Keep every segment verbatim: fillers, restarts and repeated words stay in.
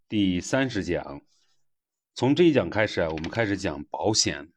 第三十讲，从这一讲开始啊，我们开始讲保险。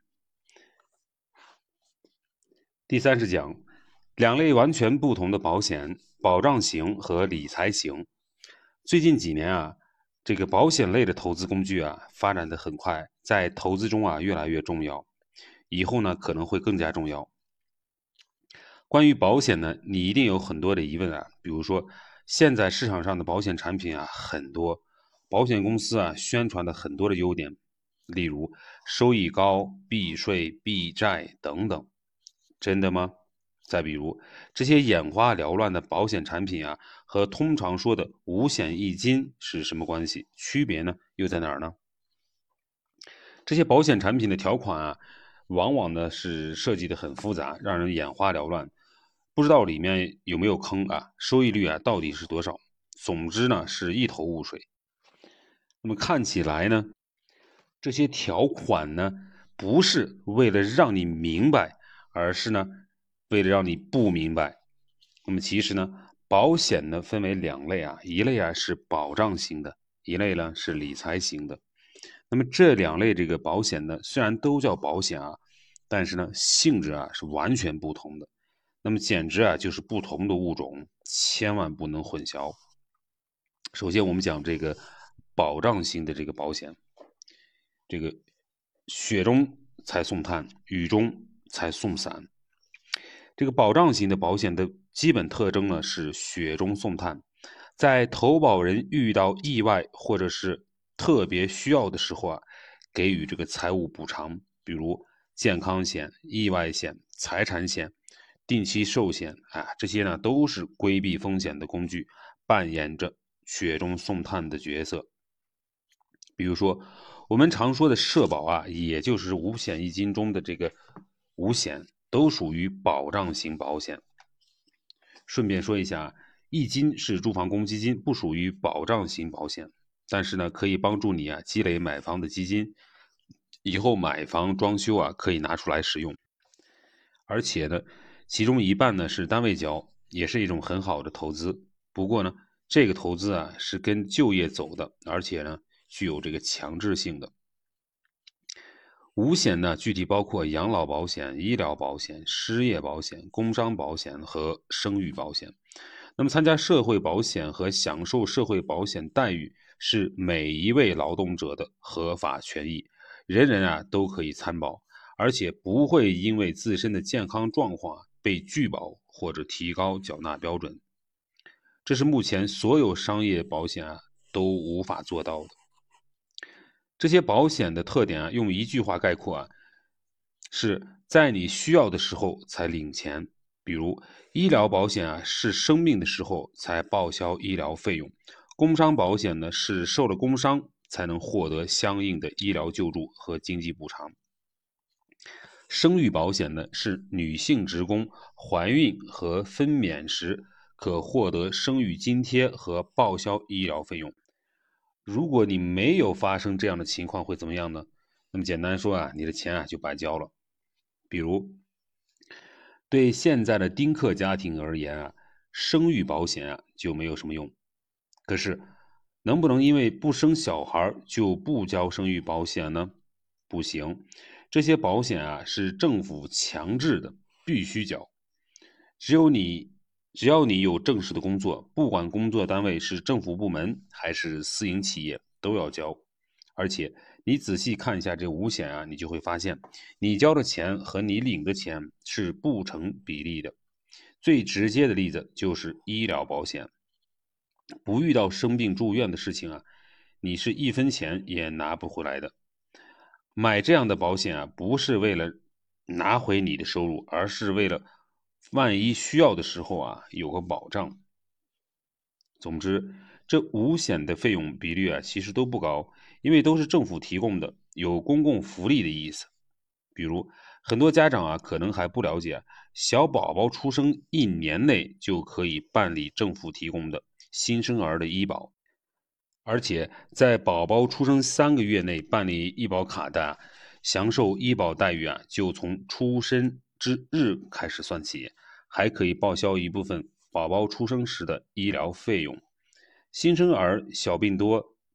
第三十讲，两类完全不同的保险，保障型和理财型。最近几年啊，这个保险类的投资工具啊，发展的很快，在投资中啊越来越重要，以后呢可能会更加重要。关于保险呢，你一定有很多的疑问啊，比如说现在市场上的保险产品啊很多，保险公司啊宣传的很多的优点，例如收益高、避税、避债等等，真的吗？再比如这些眼花缭乱的保险产品啊，和通常说的五险一金是什么关系？区别呢又在哪儿呢？这些保险产品的条款啊，往往呢是设计的很复杂，让人眼花缭乱，不知道里面有没有坑啊，收益率啊到底是多少？总之呢是一头雾水。那么看起来呢，这些条款呢不是为了让你明白，而是呢为了让你不明白。那么其实呢，保险呢分为两类啊，一类啊是保障型的，一类呢是理财型的。那么这两类这个保险呢，虽然都叫保险啊，但是呢性质啊是完全不同的。那么简直啊就是不同的物种，千万不能混淆。首先我们讲这个保障型的这个保险，这个雪中才送炭，雨中才送伞。这个保障型的保险的基本特征呢是雪中送炭，在投保人遇到意外或者是特别需要的时候啊，给予这个财务补偿，比如健康险、意外险、财产险、定期寿险啊，这些呢都是规避风险的工具，扮演着雪中送炭的角色。比如说，我们常说的社保啊，也就是五险一金中的这个五险，都属于保障型保险。顺便说一下，一金是住房公积金，不属于保障型保险，但是呢，可以帮助你啊积累买房的基金，以后买房装修啊可以拿出来使用。而且呢，其中一半呢是单位交，也是一种很好的投资。不过呢，这个投资啊是跟就业走的，而且呢具有这个强制性的。五险呢，具体包括养老保险、医疗保险、失业保险、工伤保险和生育保险。那么，参加社会保险和享受社会保险待遇是每一位劳动者的合法权益，人人啊都可以参保，而且不会因为自身的健康状况被拒保或者提高缴纳标准。这是目前所有商业保险啊都无法做到的。这些保险的特点啊，用一句话概括啊，是在你需要的时候才领钱。比如医疗保险啊，是生病的时候才报销医疗费用；工伤保险呢，是受了工伤才能获得相应的医疗救助和经济补偿。生育保险呢，是女性职工怀孕和分娩时可获得生育津贴和报销医疗费用。如果你没有发生这样的情况，会怎么样呢？那么简单说啊，你的钱啊就白交了。比如，对现在的丁克家庭而言啊，生育保险啊就没有什么用。可是，能不能因为不生小孩就不交生育保险呢？不行，这些保险啊是政府强制的，必须缴。只有你，只要你有正式的工作，不管工作单位是政府部门还是私营企业，都要交。而且你仔细看一下这五险啊，你就会发现，你交的钱和你领的钱是不成比例的。最直接的例子就是医疗保险，不遇到生病住院的事情啊，你是一分钱也拿不回来的。买这样的保险啊，不是为了拿回你的收入，而是为了万一需要的时候啊有个保障。总之，这五险的费用比率啊其实都不高，因为都是政府提供的，有公共福利的意思。比如很多家长啊可能还不了解，小宝宝出生一年内就可以办理政府提供的新生儿的医保。而且在宝宝出生三个月内办理医保卡的，享受医保待遇啊，就从出生之日开始算起，还可以报销一部分宝宝出生时的医疗费用。新生儿小病多，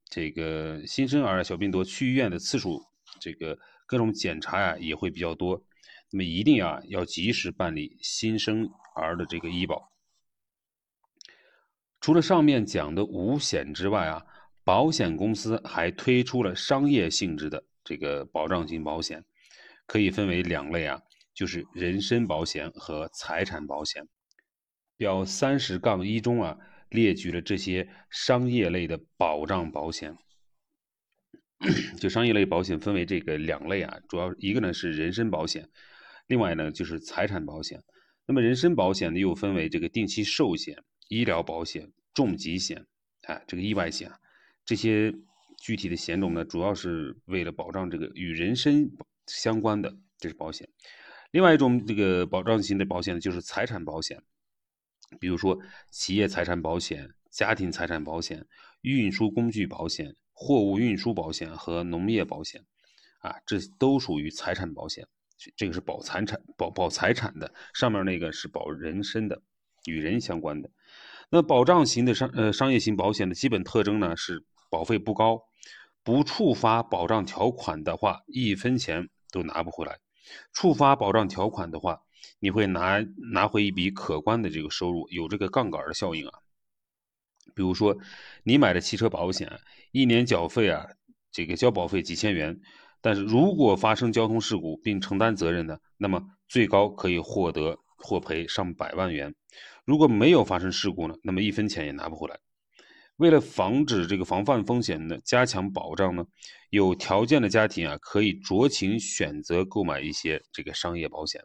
这个新生儿小病多去医院的次数，这个各种检查呀、啊、也会比较多。那么一定啊要及时办理新生儿的这个医保。除了上面讲的五险之外啊，保险公司还推出了商业性质的这个保障型保险，可以分为两类啊，就是人身保险和财产保险。表三十杠一中啊列举了这些商业类的保障保险。就商业类保险分为这个两类啊，主要一个呢是人身保险，另外呢就是财产保险。那么人身保险呢又分为这个定期寿险、医疗保险、重疾险啊，这个意外险，这些具体的险种呢，主要是为了保障这个与人身相关的，这是保险。另外一种这个保障型的保险呢，就是财产保险，比如说企业财产保险、家庭财产保险、运输工具保险、货物运输保险和农业保险，啊，这都属于财产保险。这个是保财产、保保财产的，上面那个是保人身的，与人相关的。那保障型的商呃商业型保险的基本特征呢是保费不高，不触发保障条款的话，一分钱都拿不回来；触发保障条款的话，你会拿拿回一笔可观的这个收入，有这个杠杆的效应啊。比如说，你买的汽车保险，一年缴费啊，这个交保费几千元，但是如果发生交通事故并承担责任的，那么最高可以获得获赔上百万元。如果没有发生事故呢，那么一分钱也拿不回来。为了防止这个防范风险呢，加强保障呢，有条件的家庭啊，可以酌情选择购买一些这个商业保险。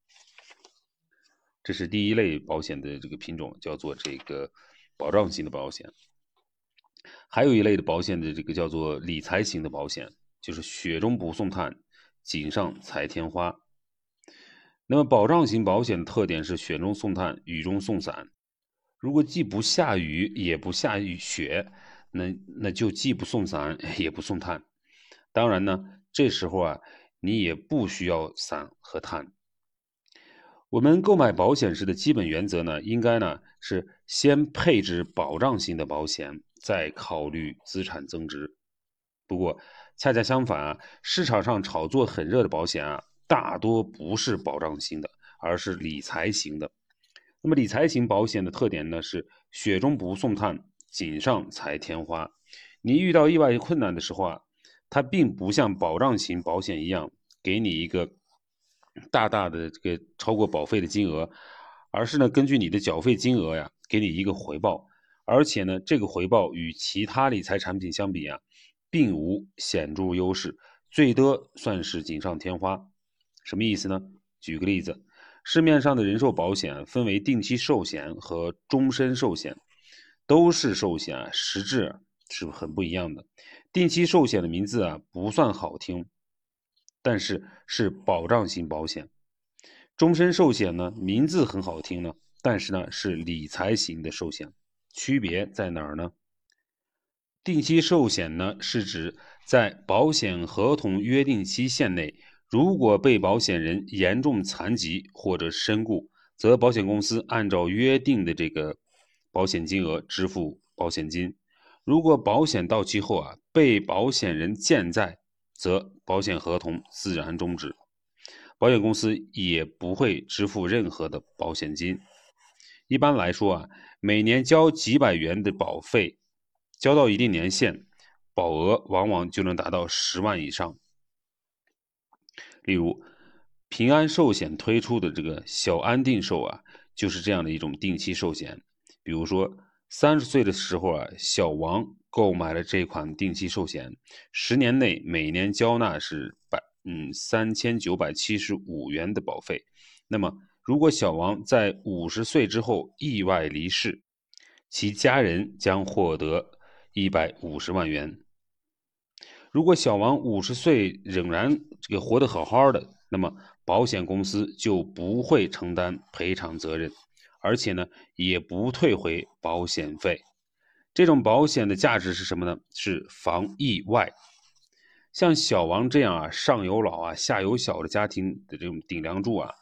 这是第一类保险的这个品种，叫做这个保障型的保险。还有一类的保险的这个叫做理财型的保险，就是雪中不送炭，锦上采天花。那么保障型保险的特点是雪中送炭，雨中送伞。如果既不下雨也不下雨雪，那那就既不送伞也不送炭。当然呢，这时候啊，你也不需要伞和炭。我们购买保险时的基本原则呢，应该呢是先配置保障型的保险，再考虑资产增值。不过恰恰相反啊，市场上炒作很热的保险啊，大多不是保障型的，而是理财型的。那么理财型保险的特点呢是雪中不送炭，锦上采天花。你遇到意外困难的时候啊，它并不像保障型保险一样给你一个大大的这个超过保费的金额，而是呢根据你的缴费金额呀，给你一个回报。而且呢，这个回报与其他理财产品相比啊，并无显著优势，最多算是锦上添花。什么意思呢？举个例子，市面上的人寿保险分为定期寿险和终身寿险，都是寿险啊，实质是很不一样的。定期寿险的名字啊不算好听，但是是保障型保险。终身寿险呢，名字很好听呢，但是呢是理财型的寿险。区别在哪儿呢？定期寿险呢，是指在保险合同约定期限内，如果被保险人严重残疾或者身故，则保险公司按照约定的这个保险金额支付保险金。如果保险到期后啊，被保险人健在，则保险合同自然终止，保险公司也不会支付任何的保险金。一般来说啊，每年交几百元的保费，交到一定年限，保额往往就能达到十万以上。例如，平安寿险推出的这个小安定寿啊，就是这样的一种定期寿险。比如说，三十岁的时候啊，小王购买了这款定期寿险，十年内每年交纳是百嗯三千九百七十五元的保费。那么，如果小王在五十岁之后意外离世，其家人将获得一百五十万元。如果小王五十岁仍然这个活得好好的，那么保险公司就不会承担赔偿责任，而且呢，也不退回保险费。这种保险的价值是什么呢？是防意外。像小王这样啊，上有老啊，下有小的家庭的这种顶梁柱啊，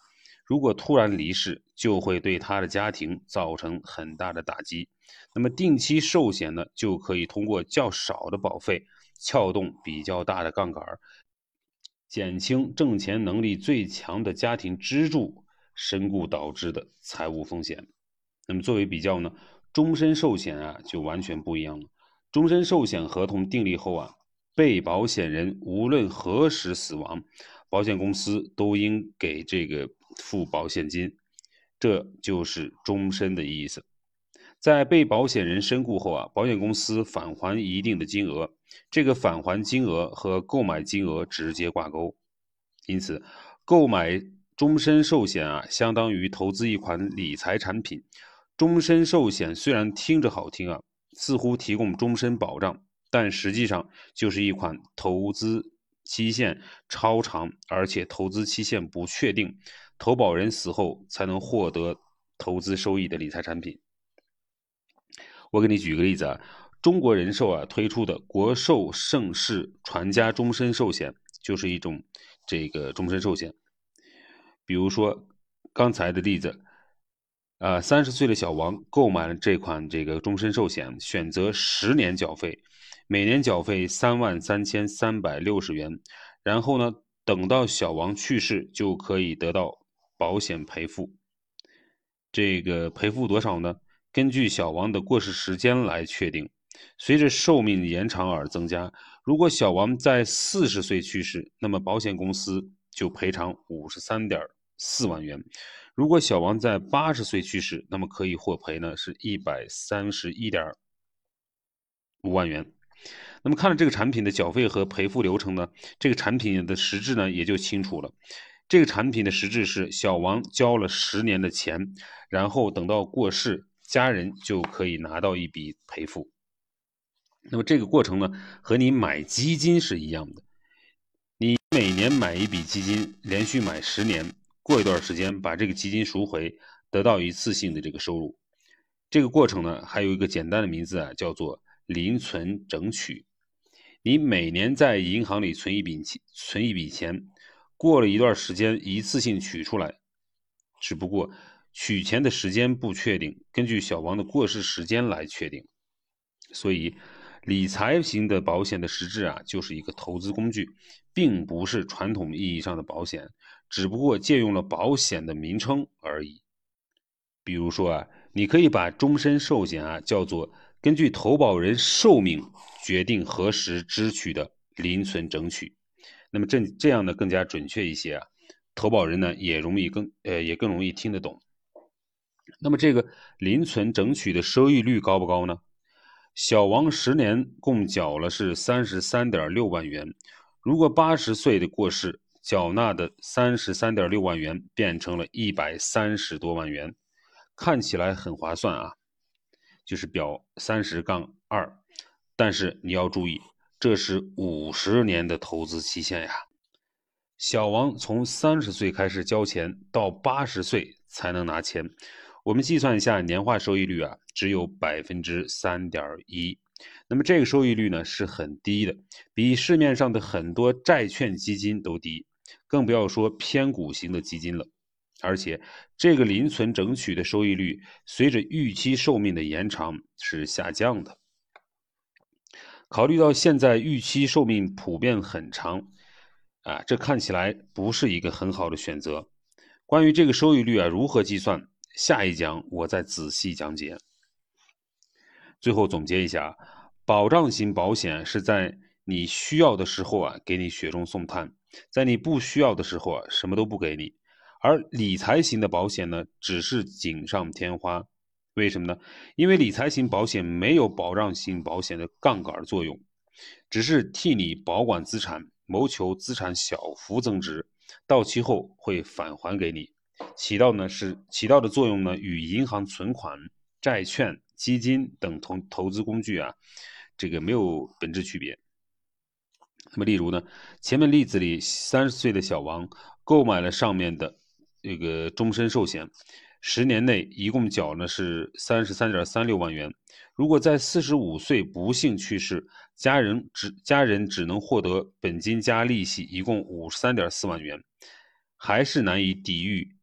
如果突然离世，就会对他的家庭造成很大的打击。那么定期寿险呢，就可以通过较少的保费，撬动比较大的杠杆，减轻挣钱能力最强的家庭支柱身故导致的财务风险。那么作为比较呢，终身寿险啊就完全不一样了。终身寿险合同订立后啊，被保险人无论何时死亡，保险公司都应给这个付保险金，这就是终身的意思。在被保险人身故后啊，保险公司返还一定的金额，这个返还金额和购买金额直接挂钩。因此，购买终身寿险啊，相当于投资一款理财产品。终身寿险虽然听着好听啊，似乎提供终身保障，但实际上就是一款投资期限超长，而且投资期限不确定，投保人死后才能获得投资收益的理财产品。我给你举个例子啊，中国人寿啊推出的国寿盛世传家终身寿险就是一种这个终身寿险。比如说刚才的例子，呃，三十岁的小王购买了这款这个终身寿险，选择十年缴费，每年缴费三万三千三百六十元，然后呢，等到小王去世就可以得到保险赔付。这个赔付多少呢？根据小王的过世时间来确定，随着寿命延长而增加。如果小王在四十岁去世，那么保险公司就赔偿五十三点四万元；如果小王在八十岁去世，那么可以获赔呢是一百三十一点五万元。那么看了这个产品的缴费和赔付流程呢，这个产品的实质呢也就清楚了。这个产品的实质是小王交了十年的钱，然后等到过世，家人就可以拿到一笔赔付。那么这个过程呢，和你买基金是一样的。你每年买一笔基金，连续买十年，过一段时间把这个基金赎回，得到一次性的这个收入。这个过程呢，还有一个简单的名字啊，叫做零存整取。你每年在银行里存一笔存一笔钱，过了一段时间一次性取出来，只不过取钱的时间不确定，根据小王的过世时间来确定。所以理财型的保险的实质啊，就是一个投资工具，并不是传统意义上的保险，只不过借用了保险的名称而已。比如说啊，你可以把终身寿险啊叫做根据投保人寿命决定何时支取的零存整取。那么这这样呢更加准确一些啊，投保人呢也容易更呃也更容易听得懂。那么这个零存整取的收益率高不高呢？小王十年共缴了是三十三点六万元，如果八十岁的过世，缴纳的三十三点六万元变成了一百三十多万元，看起来很划算啊，就是表三十杠二，但是你要注意，这是五十年的投资期限呀。小王从三十岁开始交钱，到八十岁才能拿钱。我们计算一下年化收益率啊，只有百分之三点一。那么这个收益率呢是很低的，比市面上的很多债券基金都低，更不要说偏股型的基金了。而且这个零存整取的收益率随着预期寿命的延长是下降的。考虑到现在预期寿命普遍很长啊，这看起来不是一个很好的选择。关于这个收益率啊如何计算，下一讲我再仔细讲解。最后总结一下，保障型保险是在你需要的时候啊给你雪中送炭，在你不需要的时候啊什么都不给你。而理财型的保险呢，只是锦上添花。为什么呢？因为理财型保险没有保障型保险的杠杆作用，只是替你保管资产，谋求资产小幅增值，到期后会返还给你。起到呢是起到的作用呢，与银行存款、债券、基金等投投资工具啊，这个没有本质区别。那么，例如呢，前面例子里，三十岁的小王购买了上面的这个终身寿险，十年内一共缴呢是三十三点三六万元。如果在四十五岁不幸去世，家人只家人只能获得本金加利息，一共五十三点四万元，还是难以抵御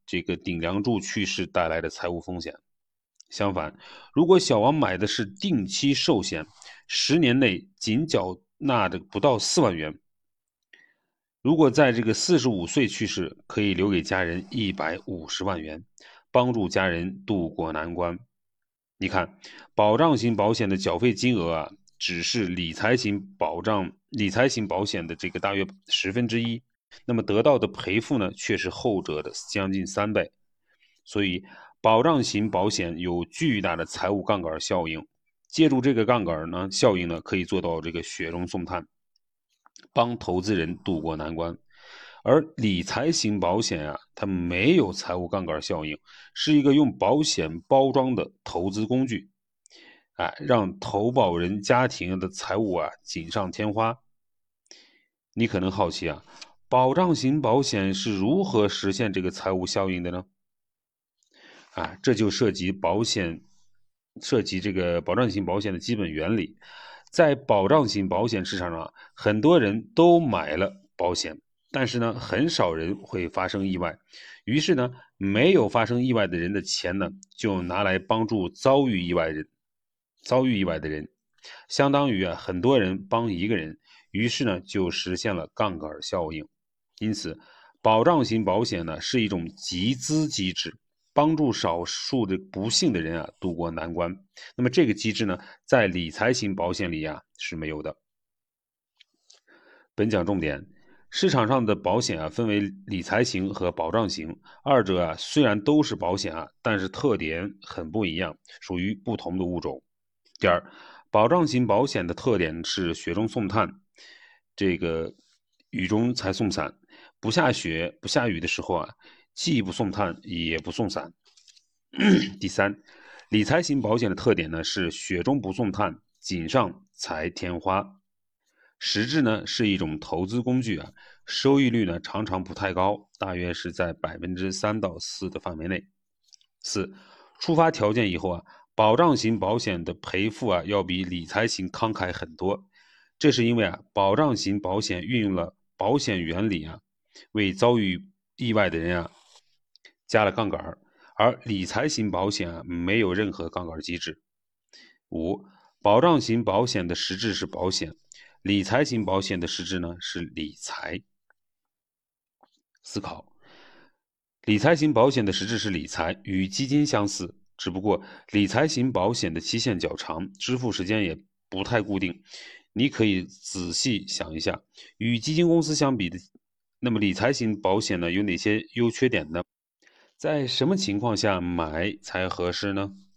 这个顶梁柱去世带来的财务风险。相反，如果小王买的是定期寿险，十年内仅缴纳的不到四万元，如果在这个四十五岁去世，可以留给家人一百五十万元，帮助家人渡过难关。你看，保障型保险的缴费金额啊，只是理财型保障理财型保险的这个大约十分之一，那么得到的赔付呢，却是后者的将近三倍。所以，保障型保险有巨大的财务杠杆效应，借助这个杠杆呢效应呢，可以做到这个雪中送炭，帮投资人渡过难关。而理财型保险啊，它没有财务杠杆效应，是一个用保险包装的投资工具，哎，让投保人家庭的财务啊锦上添花。你可能好奇啊，保障型保险是如何实现这个财务效应的呢？啊，这就涉及保险，涉及这个保障型保险的基本原理。在保障型保险市场上，很多人都买了保险，但是呢，很少人会发生意外。于是呢，没有发生意外的人的钱呢，就拿来帮助遭遇意外人，遭遇意外的人，相当于啊，很多人帮一个人，于是呢，就实现了杠杆效应。因此，保障型保险呢，是一种集资机制，帮助少数的不幸的人啊渡过难关。那么这个机制呢，在理财型保险里啊是没有的。本讲重点，市场上的保险啊分为理财型和保障型，二者啊虽然都是保险啊，但是特点很不一样，属于不同的物种。第二，保障型保险的特点是雪中送炭，这个雨中才送伞，不下雪不下雨的时候啊，既不送炭也不送伞。第三，理财型保险的特点呢是雪中不送炭，锦上才添花。实质呢是一种投资工具啊，收益率呢常常不太高，大约是在百分之三到四的范围内。四，触发条件以后啊，保障型保险的赔付啊要比理财型慷慨很多。这是因为啊，保障型保险运用了保险原理啊，为遭遇意外的人啊加了杠杆，而理财型保险啊没有任何杠杆机制。五，保障型保险的实质是保险，理财型保险的实质呢是理财。思考，理财型保险的实质是理财，与基金相似，只不过理财型保险的期限较长，支付时间也不太固定。你可以仔细想一下，与基金公司相比的，那么理财型保险呢有哪些优缺点呢？在什么情况下买才合适呢？